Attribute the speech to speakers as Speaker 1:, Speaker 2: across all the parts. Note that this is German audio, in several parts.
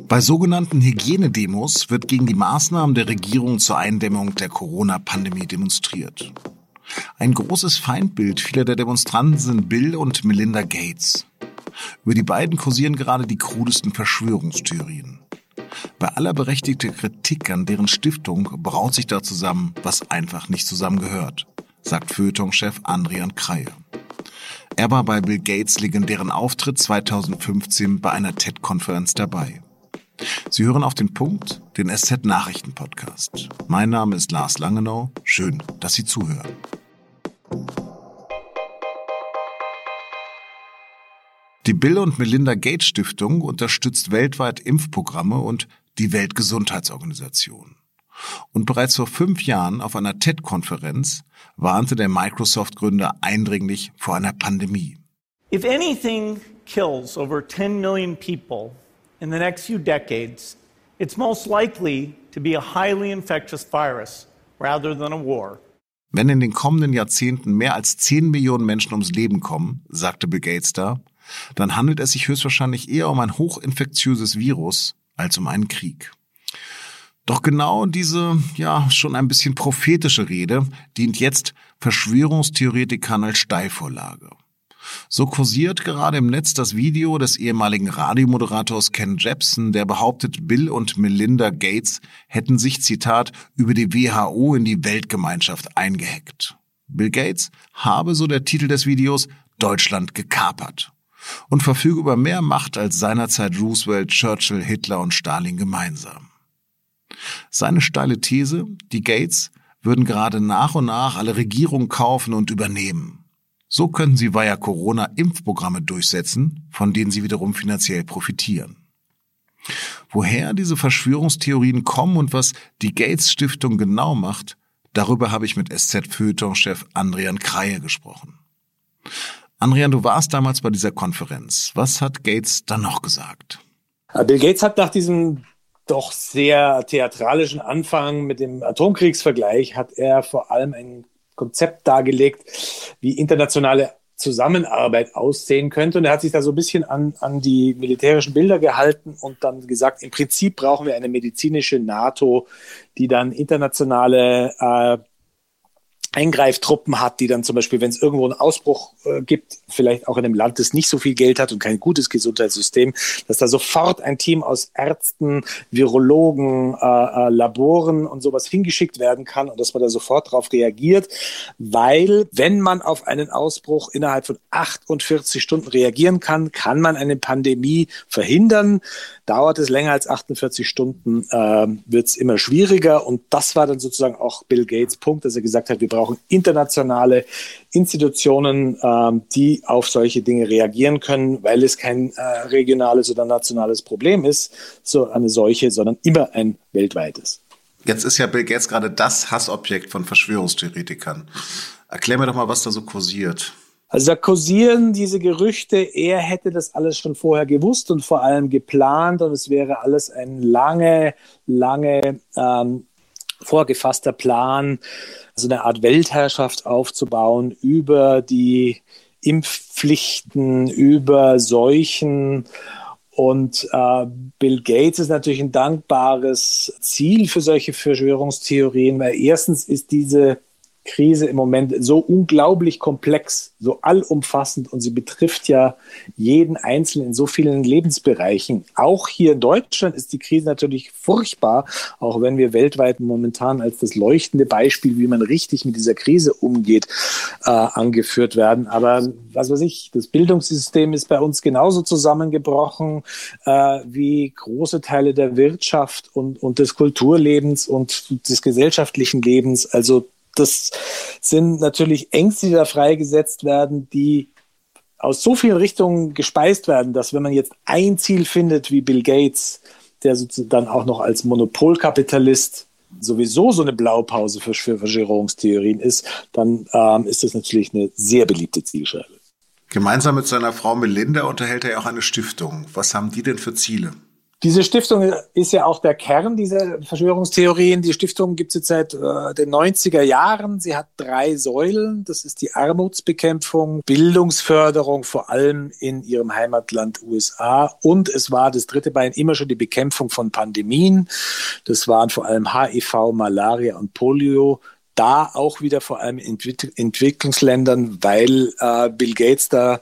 Speaker 1: Bei sogenannten Hygienedemos wird gegen die Maßnahmen der Regierung zur Eindämmung der Corona-Pandemie demonstriert. Ein großes Feindbild vieler der Demonstranten sind Bill und Melinda Gates. Über die beiden kursieren gerade die krudesten Verschwörungstheorien. Bei aller berechtigter Kritik an deren Stiftung braut sich da zusammen, was einfach nicht zusammengehört, sagt Feuilleton-Chef Andrian Kreie. Er war bei Bill Gates' legendären Auftritt 2015 bei einer TED-Konferenz dabei. Sie hören auf den Punkt, den SZ-Nachrichten-Podcast. Mein Name ist Lars Langenau. Schön, dass Sie zuhören. Die Bill und Melinda Gates Stiftung unterstützt weltweit Impfprogramme und die Weltgesundheitsorganisation. Und bereits vor 5 Jahren auf einer TED-Konferenz warnte der Microsoft-Gründer eindringlich vor einer Pandemie.
Speaker 2: If anything kills over 10 million people in the next few decades, it's most likely to be a highly infectious virus rather than a war.
Speaker 1: Wenn in den kommenden Jahrzehnten mehr als 10 Millionen Menschen ums Leben kommen, sagte Bill Gates da, dann handelt es sich höchstwahrscheinlich eher um ein hochinfektiöses Virus als um einen Krieg. Doch genau diese, schon ein bisschen prophetische Rede dient jetzt Verschwörungstheoretikern als Steilvorlage. So kursiert gerade im Netz das Video des ehemaligen Radiomoderators Ken Jebsen, der behauptet, Bill und Melinda Gates hätten sich, Zitat, über die WHO in die Weltgemeinschaft eingehackt. Bill Gates habe, so der Titel des Videos, Deutschland gekapert und verfüge über mehr Macht als seinerzeit Roosevelt, Churchill, Hitler und Stalin gemeinsam. Seine steile These, die Gates würden gerade nach und nach alle Regierungen kaufen und übernehmen. So könnten sie via Corona Impfprogramme durchsetzen, von denen sie wiederum finanziell profitieren. Woher diese Verschwörungstheorien kommen und was die Gates-Stiftung genau macht, darüber habe ich mit SZ-Feuilleton-Chef Andrian Kreie gesprochen. Andrian, du warst damals bei dieser Konferenz. Was hat Gates dann noch gesagt?
Speaker 3: Bill Gates hat nach diesem doch sehr theatralischen Anfang mit dem Atomkriegsvergleich hat er vor allem ein Konzept dargelegt, wie internationale Zusammenarbeit aussehen könnte. Und er hat sich da so ein bisschen an die militärischen Bilder gehalten und dann gesagt, im Prinzip brauchen wir eine medizinische NATO, die dann internationale Eingreiftruppen hat, die dann zum Beispiel, wenn es irgendwo einen Ausbruch gibt, vielleicht auch in einem Land, das nicht so viel Geld hat und kein gutes Gesundheitssystem, dass da sofort ein Team aus Ärzten, Virologen, Laboren und sowas hingeschickt werden kann und dass man da sofort drauf reagiert, weil wenn man auf einen Ausbruch innerhalb von 48 Stunden reagieren kann, kann man eine Pandemie verhindern. Dauert es länger als 48 Stunden, wird es immer schwieriger und das war dann sozusagen auch Bill Gates' Punkt, dass er gesagt hat, wir brauchen internationale Institutionen, die auf solche Dinge reagieren können, weil es kein regionales oder nationales Problem ist, so eine Seuche, sondern immer ein weltweites.
Speaker 1: Jetzt ist ja Bill Gates gerade das Hassobjekt von Verschwörungstheoretikern. Erklär mir doch mal, was da so kursiert.
Speaker 3: Also da kursieren diese Gerüchte, er hätte das alles schon vorher gewusst und vor allem geplant und es wäre alles ein lange vorgefasster Plan, so eine Art Weltherrschaft aufzubauen über die Impfpflichten, über Seuchen. Und Bill Gates ist natürlich ein dankbares Ziel für solche Verschwörungstheorien, weil erstens ist diese Krise im Moment so unglaublich komplex, so allumfassend und sie betrifft ja jeden Einzelnen in so vielen Lebensbereichen. Auch hier in Deutschland ist die Krise natürlich furchtbar, auch wenn wir weltweit momentan als das leuchtende Beispiel, wie man richtig mit dieser Krise umgeht, angeführt werden. Aber was weiß ich, das Bildungssystem ist bei uns genauso zusammengebrochen wie große Teile der Wirtschaft und des Kulturlebens und des gesellschaftlichen Lebens. Also das sind natürlich Ängste, die da freigesetzt werden, die aus so vielen Richtungen gespeist werden, dass wenn man jetzt ein Ziel findet wie Bill Gates, der sozusagen dann auch noch als Monopolkapitalist sowieso so eine Blaupause für Verschwörungstheorien ist, dann ist das natürlich eine sehr beliebte Zielscheibe.
Speaker 1: Gemeinsam mit seiner Frau Melinda unterhält er ja auch eine Stiftung. Was haben die denn für Ziele?
Speaker 3: Diese Stiftung ist ja auch der Kern dieser Verschwörungstheorien. Die Stiftung gibt es jetzt seit den 90er Jahren. Sie hat 3 Säulen. Das ist die Armutsbekämpfung, Bildungsförderung, vor allem in ihrem Heimatland USA. Und es war das 3. Bein immer schon die Bekämpfung von Pandemien. Das waren vor allem HIV, Malaria und Polio. Da auch wieder vor allem in Entwicklungsländern, weil Bill Gates da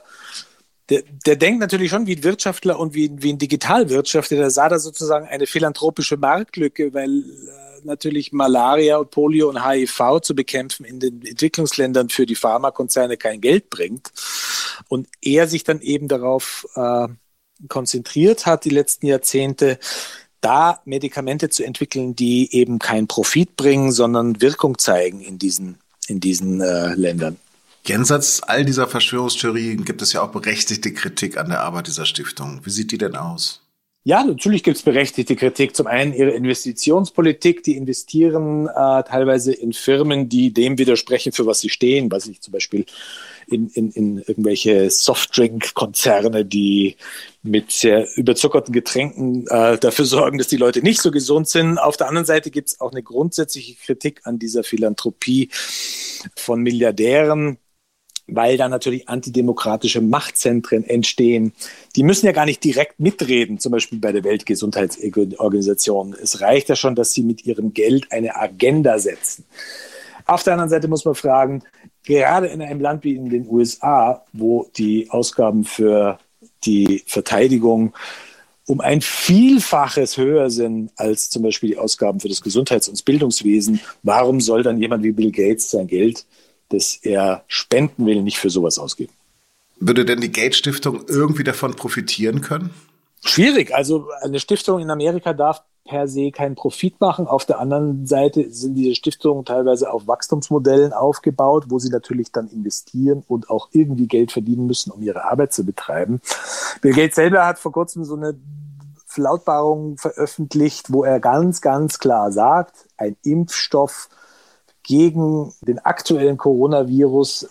Speaker 3: Der denkt natürlich schon wie ein Wirtschaftler und wie ein Digitalwirtschaftler. Der sah da sozusagen eine philanthropische Marktlücke, weil natürlich Malaria und Polio und HIV zu bekämpfen in den Entwicklungsländern für die Pharmakonzerne kein Geld bringt. Und er sich dann eben darauf konzentriert hat, die letzten Jahrzehnte, da Medikamente zu entwickeln, die eben keinen Profit bringen, sondern Wirkung zeigen in diesen Ländern.
Speaker 1: Jenseits all dieser Verschwörungstheorien gibt es ja auch berechtigte Kritik an der Arbeit dieser Stiftung. Wie sieht die denn aus?
Speaker 3: Ja, natürlich gibt es berechtigte Kritik. Zum einen ihre Investitionspolitik. Die investieren teilweise in Firmen, die dem widersprechen, für was sie stehen. Weiß ich, zum Beispiel in irgendwelche Softdrink-Konzerne, die mit sehr überzuckerten Getränken dafür sorgen, dass die Leute nicht so gesund sind. Auf der anderen Seite gibt es auch eine grundsätzliche Kritik an dieser Philanthropie von Milliardären, weil da natürlich antidemokratische Machtzentren entstehen. Die müssen ja gar nicht direkt mitreden, zum Beispiel bei der Weltgesundheitsorganisation. Es reicht ja schon, dass sie mit ihrem Geld eine Agenda setzen. Auf der anderen Seite muss man fragen, gerade in einem Land wie in den USA, wo die Ausgaben für die Verteidigung um ein Vielfaches höher sind als zum Beispiel die Ausgaben für das Gesundheits- und Bildungswesen, warum soll dann jemand wie Bill Gates sein Geld, das er spenden will, nicht für sowas ausgeben?
Speaker 1: Würde denn die Gates-Stiftung irgendwie davon profitieren können?
Speaker 3: Schwierig. Also eine Stiftung in Amerika darf per se keinen Profit machen. Auf der anderen Seite sind diese Stiftungen teilweise auf Wachstumsmodellen aufgebaut, wo sie natürlich dann investieren und auch irgendwie Geld verdienen müssen, um ihre Arbeit zu betreiben. Bill Gates selber hat vor kurzem so eine Verlautbarung veröffentlicht, wo er ganz, ganz klar sagt, ein Impfstoff gegen den aktuellen Coronavirus,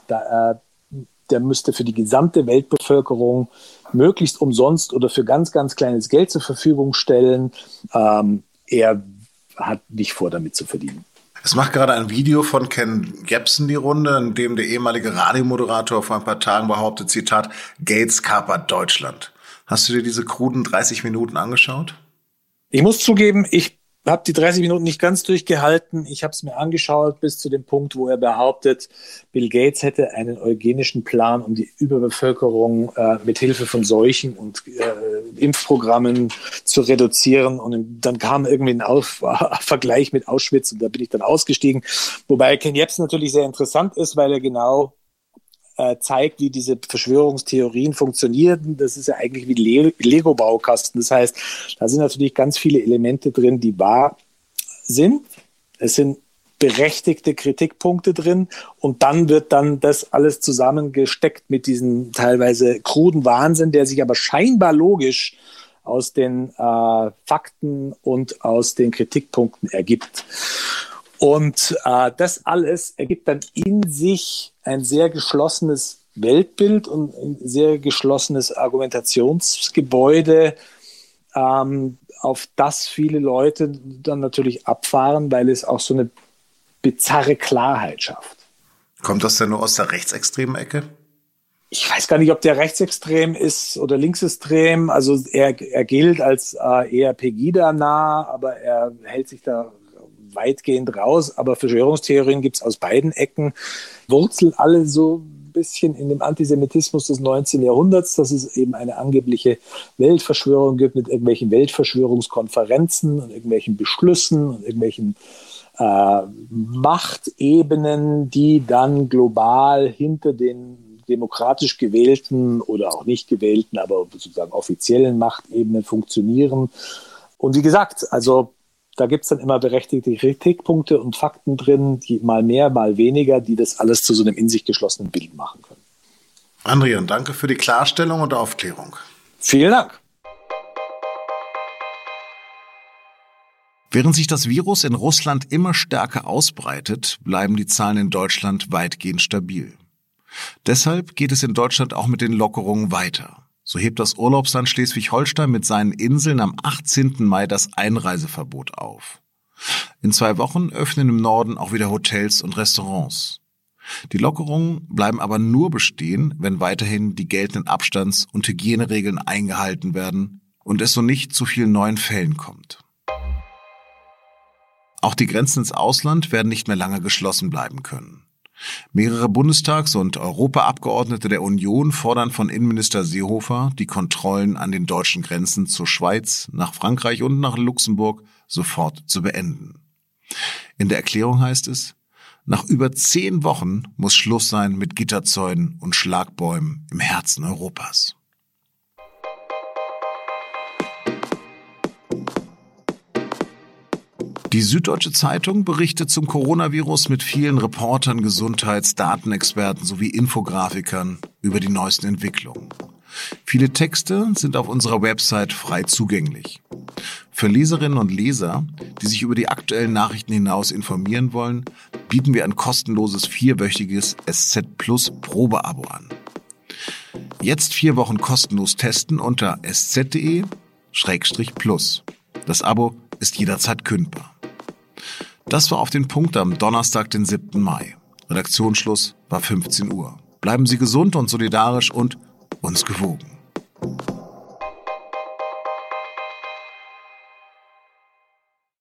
Speaker 3: der müsste für die gesamte Weltbevölkerung möglichst umsonst oder für ganz, ganz kleines Geld zur Verfügung stellen. Er hat nicht vor, damit zu verdienen.
Speaker 1: Es macht gerade ein Video von Ken Jebsen die Runde, in dem der ehemalige Radiomoderator vor ein paar Tagen behauptet, Zitat, Gates kapert Deutschland. Hast du dir diese kruden 30 Minuten angeschaut?
Speaker 3: Ich muss zugeben, ich habe die 30 Minuten nicht ganz durchgehalten. Ich habe es mir angeschaut bis zu dem Punkt, wo er behauptet, Bill Gates hätte einen eugenischen Plan, um die Überbevölkerung mit Hilfe von Seuchen und Impfprogrammen zu reduzieren. Und dann kam irgendwie ein Vergleich mit Auschwitz und da bin ich dann ausgestiegen. Wobei Ken Jebsen natürlich sehr interessant ist, weil er genau zeigt, wie diese Verschwörungstheorien funktionieren. Das ist ja eigentlich wie Lego-Baukasten. Das heißt, da sind natürlich ganz viele Elemente drin, die wahr sind. Es sind berechtigte Kritikpunkte drin und dann wird dann das alles zusammengesteckt mit diesem teilweise kruden Wahnsinn, der sich aber scheinbar logisch aus den Fakten und aus den Kritikpunkten ergibt. Und das alles ergibt dann in sich ein sehr geschlossenes Weltbild und ein sehr geschlossenes Argumentationsgebäude, auf das viele Leute dann natürlich abfahren, weil es auch so eine bizarre Klarheit schafft.
Speaker 1: Kommt das denn nur aus der rechtsextremen Ecke?
Speaker 3: Ich weiß gar nicht, ob der rechtsextrem ist oder linksextrem. Also er gilt als eher Pegida-nah, aber er hält sich da weitgehend raus, aber Verschwörungstheorien gibt es aus beiden Ecken, wurzeln alle so ein bisschen in dem Antisemitismus des 19. Jahrhunderts, dass es eben eine angebliche Weltverschwörung gibt mit irgendwelchen Weltverschwörungskonferenzen und irgendwelchen Beschlüssen und irgendwelchen Machtebenen, die dann global hinter den demokratisch gewählten oder auch nicht gewählten, aber sozusagen offiziellen Machtebenen funktionieren. Und wie gesagt, also da gibt es dann immer berechtigte Kritikpunkte und Fakten drin, die mal mehr, mal weniger, die das alles zu so einem in sich geschlossenen Bild machen können.
Speaker 1: Andrian, danke für die Klarstellung und Aufklärung.
Speaker 3: Vielen Dank.
Speaker 1: Während sich das Virus in Russland immer stärker ausbreitet, bleiben die Zahlen in Deutschland weitgehend stabil. Deshalb geht es in Deutschland auch mit den Lockerungen weiter. So hebt das Urlaubsland Schleswig-Holstein mit seinen Inseln am 18. Mai das Einreiseverbot auf. In 2 Wochen öffnen im Norden auch wieder Hotels und Restaurants. Die Lockerungen bleiben aber nur bestehen, wenn weiterhin die geltenden Abstands- und Hygieneregeln eingehalten werden und es so nicht zu vielen neuen Fällen kommt. Auch die Grenzen ins Ausland werden nicht mehr lange geschlossen bleiben können. Mehrere Bundestags- und Europaabgeordnete der Union fordern von Innenminister Seehofer, die Kontrollen an den deutschen Grenzen zur Schweiz, nach Frankreich und nach Luxemburg sofort zu beenden. In der Erklärung heißt es, nach über 10 Wochen muss Schluss sein mit Gitterzäunen und Schlagbäumen im Herzen Europas. Die Süddeutsche Zeitung berichtet zum Coronavirus mit vielen Reportern, Gesundheits-, Datenexperten sowie Infografikern über die neuesten Entwicklungen. Viele Texte sind auf unserer Website frei zugänglich. Für Leserinnen und Leser, die sich über die aktuellen Nachrichten hinaus informieren wollen, bieten wir ein kostenloses 4-wöchiges SZ Plus Probeabo an. Jetzt 4 Wochen kostenlos testen unter sz.de/plus. Das Abo ist jederzeit kündbar. Das war auf den Punkt am Donnerstag, den 7. Mai. Redaktionsschluss war 15 Uhr. Bleiben Sie gesund und solidarisch und uns gewogen.